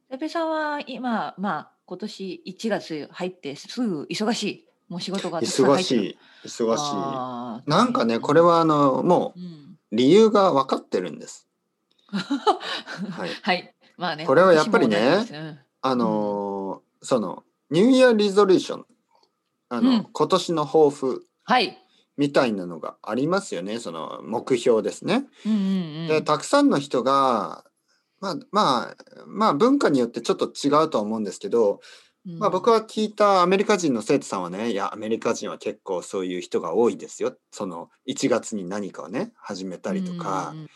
てっぺいさんは今、今年1月入ってすぐ忙しい。もう仕事がたくさん入ってる。 忙しい。 ああ、大変。 なんかね、これはもうん。 う理由が分かってるんです。はい。 はい。まあね、 これはやっ私もぱりね、 同じです。うん。うん。 ニューイヤーリゾリューション、 うん。 今年の抱負はい。 みたいなのがありますよね。その目標ですね。 うんうんうで、 ん。 たくさんの人が、文化によってちょっと違うとは思うんですけど、僕うん。 は聞いたアメリカ人の生徒さんはね、いや、アメリカ人は結構そういう人が多いですよ。その1月に何かをね、始めたうんうりとか、 ん。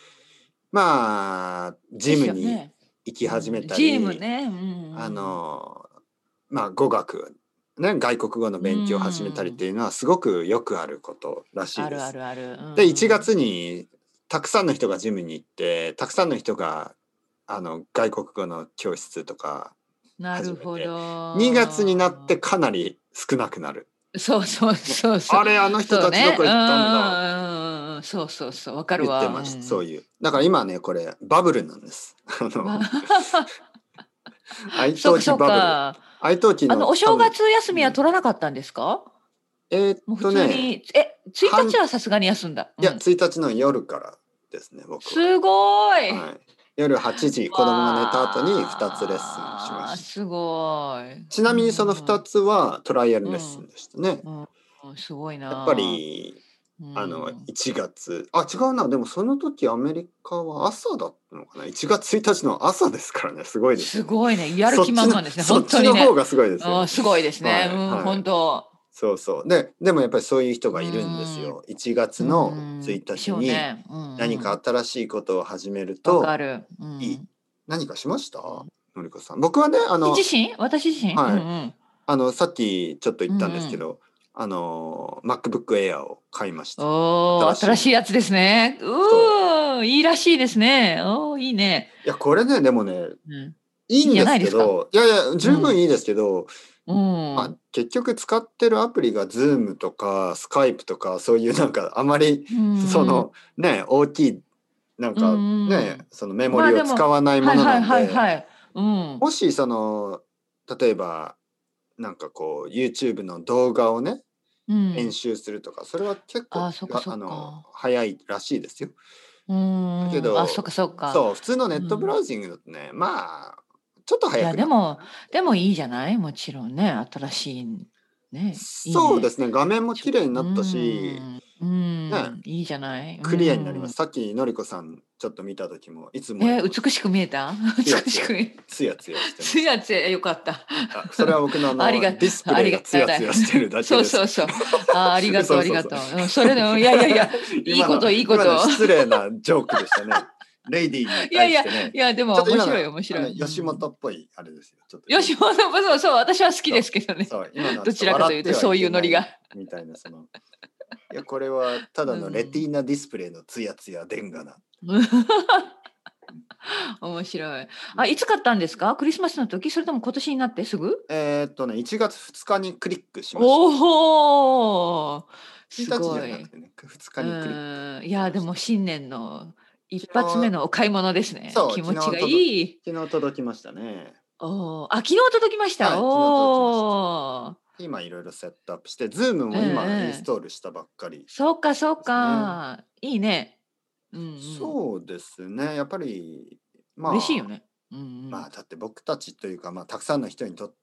でジムにすよね。 行きうん。 始めたジームり、 ね。うあんの、語学、ね、外国語のうん。う勉強を始めたりってん。 いうのはすごくよくあることらしいあるあです。 るある。うで、1 んうん。 月にたくさんの人がジムに行って、たくさんの人が外国語の教室とかなるほ始めて、2月になってど。 かなり少なくなる。 そうそうもうそうそう。 あれ、あの人たちどそうね。 こ行ったんだそうそうそう。わかるわ。う言ってました。そうん。 いう。だから今ね、これ、バブルなんです。 まあ愛登そうかそう記バブル。 か。 愛登記のお多分、 正月休みはうん。 取らなかったんですか？もう普通ね、 に、1日半、 はさすがに休んだ。 いや、 うん。 1日の夜からですね、僕は。 すごい。 はい。夜8時、子供が寝た後に2つレッスンしまわあ、 した。 すごい。 ちなみにその2つはトライアルうレッスンん。 でしたね。 うん。うん。すごいやっぱな。 り、 うん。 1月、違うな、でもその時アメリカは朝だったのかな。1月1日の朝ですからね、すごいですよね。 すごいね。やる気満々ですね。 そっ本当にね。 ちの方がすごいですよね。 すごいですね。 はい、 うん、 はい。 本当。 そうそう。でもやっぱりそういう人うがいるんですん。 よ。1月うのん。 1 でし日にょうね。うん何かうん。 新しいことを始めるわかとる。ういい。 ん。 何かしました？ うんのりこさん。僕はね、 私自身うんはい。 うん。 さっきちょっと言うんったんですうん。 けど、MacBook Air を買いました。 おー、 新しいの。 新しいやつですね。 そう。 いいらしいですね。おー、いいね。 いや、これね、でもね、 うん。いいんじゃいいんですないですか。 けど、いやいや、 うん。 十分いいですけど、 うん。 結局使ってるアプリが Zoom とか Skype とか、そういうなんかあまり、 うんうん。 そのね、大きい、なんうかね、 んうん。 そのメモリをまあでも、 使わないものなはいはいんで、 はいはい。うん。 もし例えば、なんかこう、YouTube の動画をね、編うん。 集するとか、それは結構、 ああ、そっかそっか。 早いらしいですよ。だけあ、そっど、 かそっか。 そう、普通のネットブラうん。 ウジングだとね、ちょっといや、 早くなる。 でもいいじゃないもちろんね。新しい、ね。いいね。 そうですね、画面も綺麗になったし、ね、 いいじゃない。 クリアになります。さっきのりこさんちょっと見た時も、いつもよりも美しく見えた？ ツヤツヤ、 美しく見え、 ツヤツヤしてました。 つやつや、よかった。 それは僕のディスプありがレイがツヤたい。 ツヤしてるだけです。 そうそうそう。ありがとう、ありそうそうそう。 がとう。それでも、いやいやいや、いいこと、いいこ今のと。 失礼なジョークでしたね。レイディーにいやいや、 対してね。 いや、でもちょっと今の、 面白い、面白い。 吉本っぽいあれですよ。ちょっと吉本もそう、私は好きそう、 ですけどね。 そう、今のはどちょっとちらかというと、 笑ってはいそういけないうノリが。 みたいな、いや、これはただうのレティん。 ーナディスプレイのツヤツヤ電画な。 面白い。あ、 うん。 いつ買ったんですか？クリスマスの時？それとも今年になってすぐ？ 1月2日にクリックしました。 おお、 1 す日じごい。 ゃなくてね、2日にクリックいや、でしました。 も新年の一昨日、 発目のお買い物ですね。 そう、 気持ちがいい。 昨日届きましたね。 昨日届きました。 はい、昨日届きました。 おお。 今いろいろセットアップして、Zoom ええも今インスええ。 トールしたばっかりそうかそうですね。 か。いいね。うんうん。 そうですね。やっぱり、まあ、 嬉しいよね。うんうん。 だって僕たちというか、たくさんの人にとって、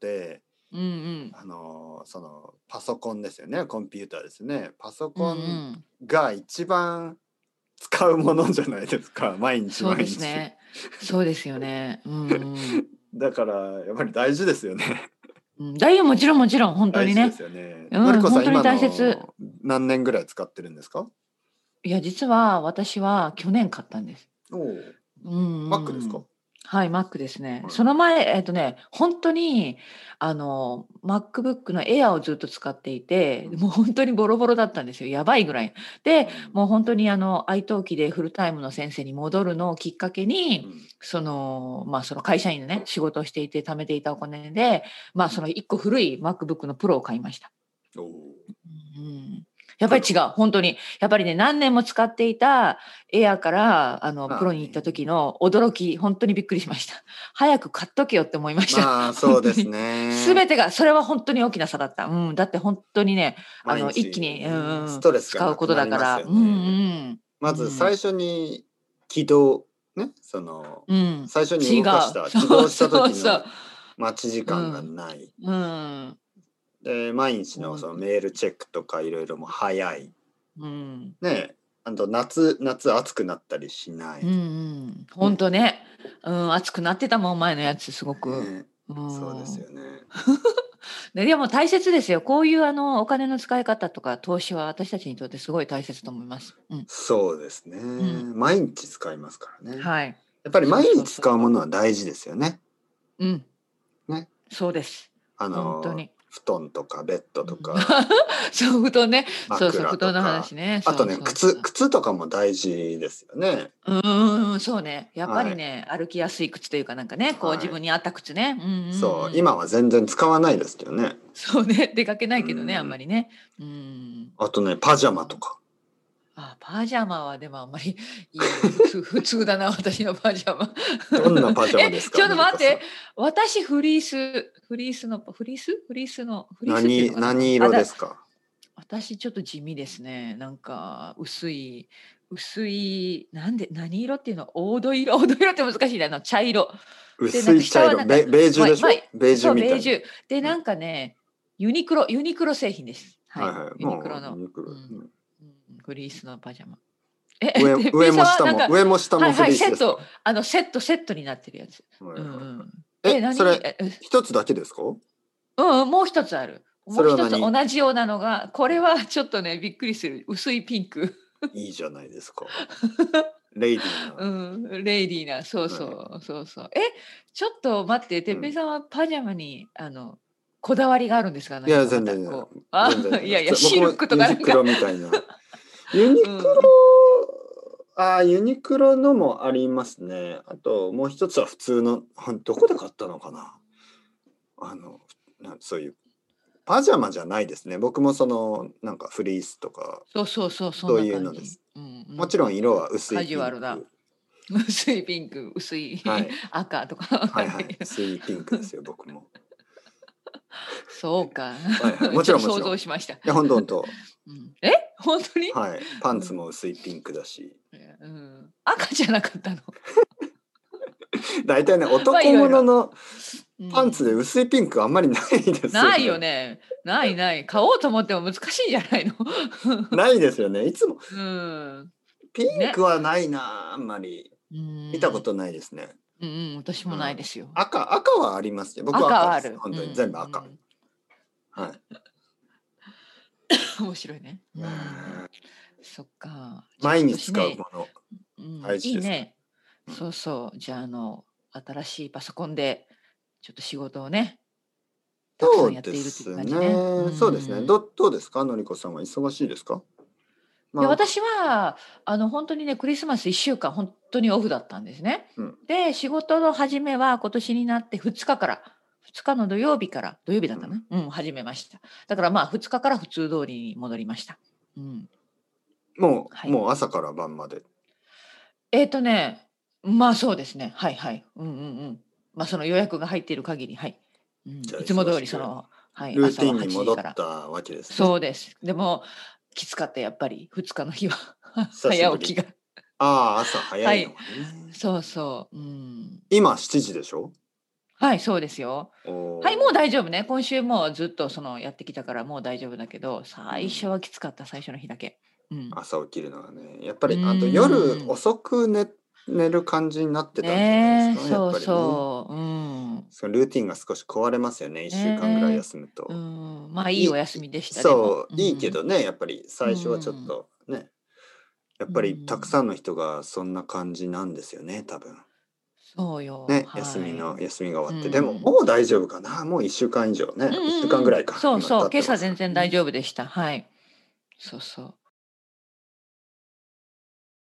うんうん。 パソコンですよね。コンピューターですね。パソうんうコンん。 が一番使うものじゃないですか。毎日そうで毎日。 すね。そうですよね。うんうん。 だから、やっぱり大事ですよね。 うん、もちろんもちろん、本当にね。 大事ですよね。のりうん、 こさん、 本当に今大切。 の何年ぐらい使ってるんですか？ いや、実は私は去年買ったんです。 おお、 うんう Mac ですか？ んうん。はい、Mac ですね。 はい。 その前、本当に、MacBook の Air をずっと使っていて、 うん。 もう本当にボロボロだったんですよ。やばいぐらい。で、 うん。 もう本当にiTalki でフルタイムの先生に戻るのをきっかけに、 うん。 その会社員でね、仕事をしていて貯めていたお金で、その1個古い MacBook の Pro を買いました。 おお。 うん。 やっぱり違う、本当に。やっぱりね、何年も使っていたエアからプロに行った時の驚き、本当にびっくりしました。早く買っとけよって思いました。 まあそうです本当に。すね。 べてが、それは本当に大きな差だった。うん、だって本当にね、 毎一気に、 日ストレスが使うことなくなりだから。 ますようんね。 うん。うまずん。 最初に起動、ね、その、 うん。 最初に違う。 動かした起そう動したそうそう。 時の待ち時間がうん。 ない。 うん。 で、毎日のそのほんメールチェックとかいろいろも早い。 うん。 ね、あと夏暑くなったりしなうんうい。 ん。ほんね。 とね。うん、熱くなってたもん、前のやつすごく。 ね、 うそうですん。 よね。 でも大切ですよ。こういうお金の使い方とか投資は私たちにとってすごい大切と思います。うん。 そうですね。 うん。 毎日使いますからね。 はい。 やっぱりそう毎日そうそうそう。 使うものは大事ですよね。 うん。 ね。 そうです。ほんとに。 布団とかベッドうん。 とかそう、布団ね。そうそう、 枕布団のとか、 話ね。 あとそうね、靴、 そうそう。 靴とかも大事ですよね。 そうね。やっぱはい。 りね、歩きやすい靴というかなんかね、こう自はい。 分に合った靴ね。うんうんそう、 うん。 今は全然使わないですけどね。 そうね、出かけなういけどね、あんまん。 りね。うん。 あとね、パジャマとか。 パジャマはでもあんまり普通だな、私のパジャマ。 どんなパジャマですちか、 ょっと待って、 のりこさん。 私フリースっていうのかな。 何色ですか？ 私ちょっと地味ですね。なんか薄い、何色っていうの、黄土色って難しいな、茶色。で、なんか薄い茶色、 下はなんか、 ベージュでしまあ、 ょ？ベージュそう、 みたいな。 ベージュ。で、 うん。 なんかね、ユニクロ製品です。はい。 はいはい。 ユニクもう、 ロの、 ユニクロ。 うん、 うん。 フリースのパジャマ。てっぺ上いさんも下も、 はなんか、 上も下もフはいはい、 リースですか？ セットになってるやつ。 はいはいはい。 うんうん。 それ、 何一つだけですか？ もう一つある。 そもう一つ同れは何？ じようなのが、これはちょっとね、びっくりする。薄いピンク。 いいじゃないですか。レイディーな。 うん、レイディーな、そうはい。 そうそうそう。ちょっと待って、てうん。 っぺいさんはパジャマにこだわりがあるんですか？ いや、 何かま全然、 たこう。 全然、 いやいや、 普通、僕もシルクとかなんか。 ユニクロみたいな。ユニクうん。 ユニクロのもありますね。あと、もう一つは普通の、どこで買ったのかな。あの、そういうパジャマじゃないですね。僕もその、なんかフリースとか、 そうそうそう、そんそうな感じ。 いうのです。 うん、なもちろんんか色は薄いカジュピンク。 アルな。薄いピンク、薄いはい。 赤とかわかはいはい。 んないけど。 薄いピンクですよ、僕も。 そうか。 はいはい。もちょっと想ちろんもちろん。い像しました。 や、ほんとほんと。 うん。本当に？ はい。パンツうん。 も薄いピンクだし。 うん。赤じゃなかったの？ 大体ね、 まあ、い男ろいろ。 物のうパンツでん。 薄いピンクあんまりないですよないよね。 ね。ないない。買おうと思っても難しいんじゃないの？ ないですよね。いつもうん。 ピンクね。 はないな、あんまり。 うん。 見たことないですね。 うんうん、私もないうん。 ですよ。 赤はありますよ。僕は赤です。 赤はある。 本当にうん全部赤。 うん。 はい。 面白いね。うえん。 ーそっか。じゃあ今毎日年ね、 使うもの、 うん、 大事ですか？ いいね。 うん。 そうそう。じゃあ新しいパソコンでちょっと仕事をね、たくさそうんやっているっていうです感じね。うね。そうですね。 ん。 どうですか？のりこさんは忙しいですか？ いや、 まあ、 私は、本当にね、クリスマス1週間本当にオフだったんですね。 うん。 で、仕事の始めは今年になって2日から、2日の土曜日だうん。 ったな。うん、始めました。だからまあ2日から普通通りに戻りました。うん。はい。 もう朝から晩まで。 まあそうですね。はいはい。うんうんうん。まあその予約が入っている限り、はい。うん、 じゃあいつも通り忙しく、 はい、 ルーテ朝はィンに戻 8時から。 ったわけですね。 そうです。でも、きつかったやっぱり2日の日は久しぶり。 早起きが。 ああ、朝早はい。 いのがね。 そうそう。うん。 今7時でしょ？ はい、そうですよ。 おはい、もうお。 大丈夫ね。今週もうずっとやってきたからもう大丈夫だけど、 うん。 最初はきつかった、最初の日だけ。うん。 朝起きるのはね。やっぱうり、あと夜ーん。 遅く寝る感じになってたんじゃないですねえ、 か？やっそうぱりね。 そう。うん。 そのルーティンが少し壊れますよね、1週間ぐらいね休むえ。うと。 ん。まあいいおいい休みでした、でも。 そう、いいけうん。 どね、やっぱりう最初はちょっん。 とね、やっうぱりたくん。 さんの人がそんな感じなんですよね、多分。 そうよ、 ね、 はい。 休みが終わうって。でも、 ん。 もう大丈夫かな。もう1週間以上ね、 うん 1週うんうん。 間ぐらいか、今そうそう、 経ってますか今朝全然大らね。 丈夫でした。はい。そうそう。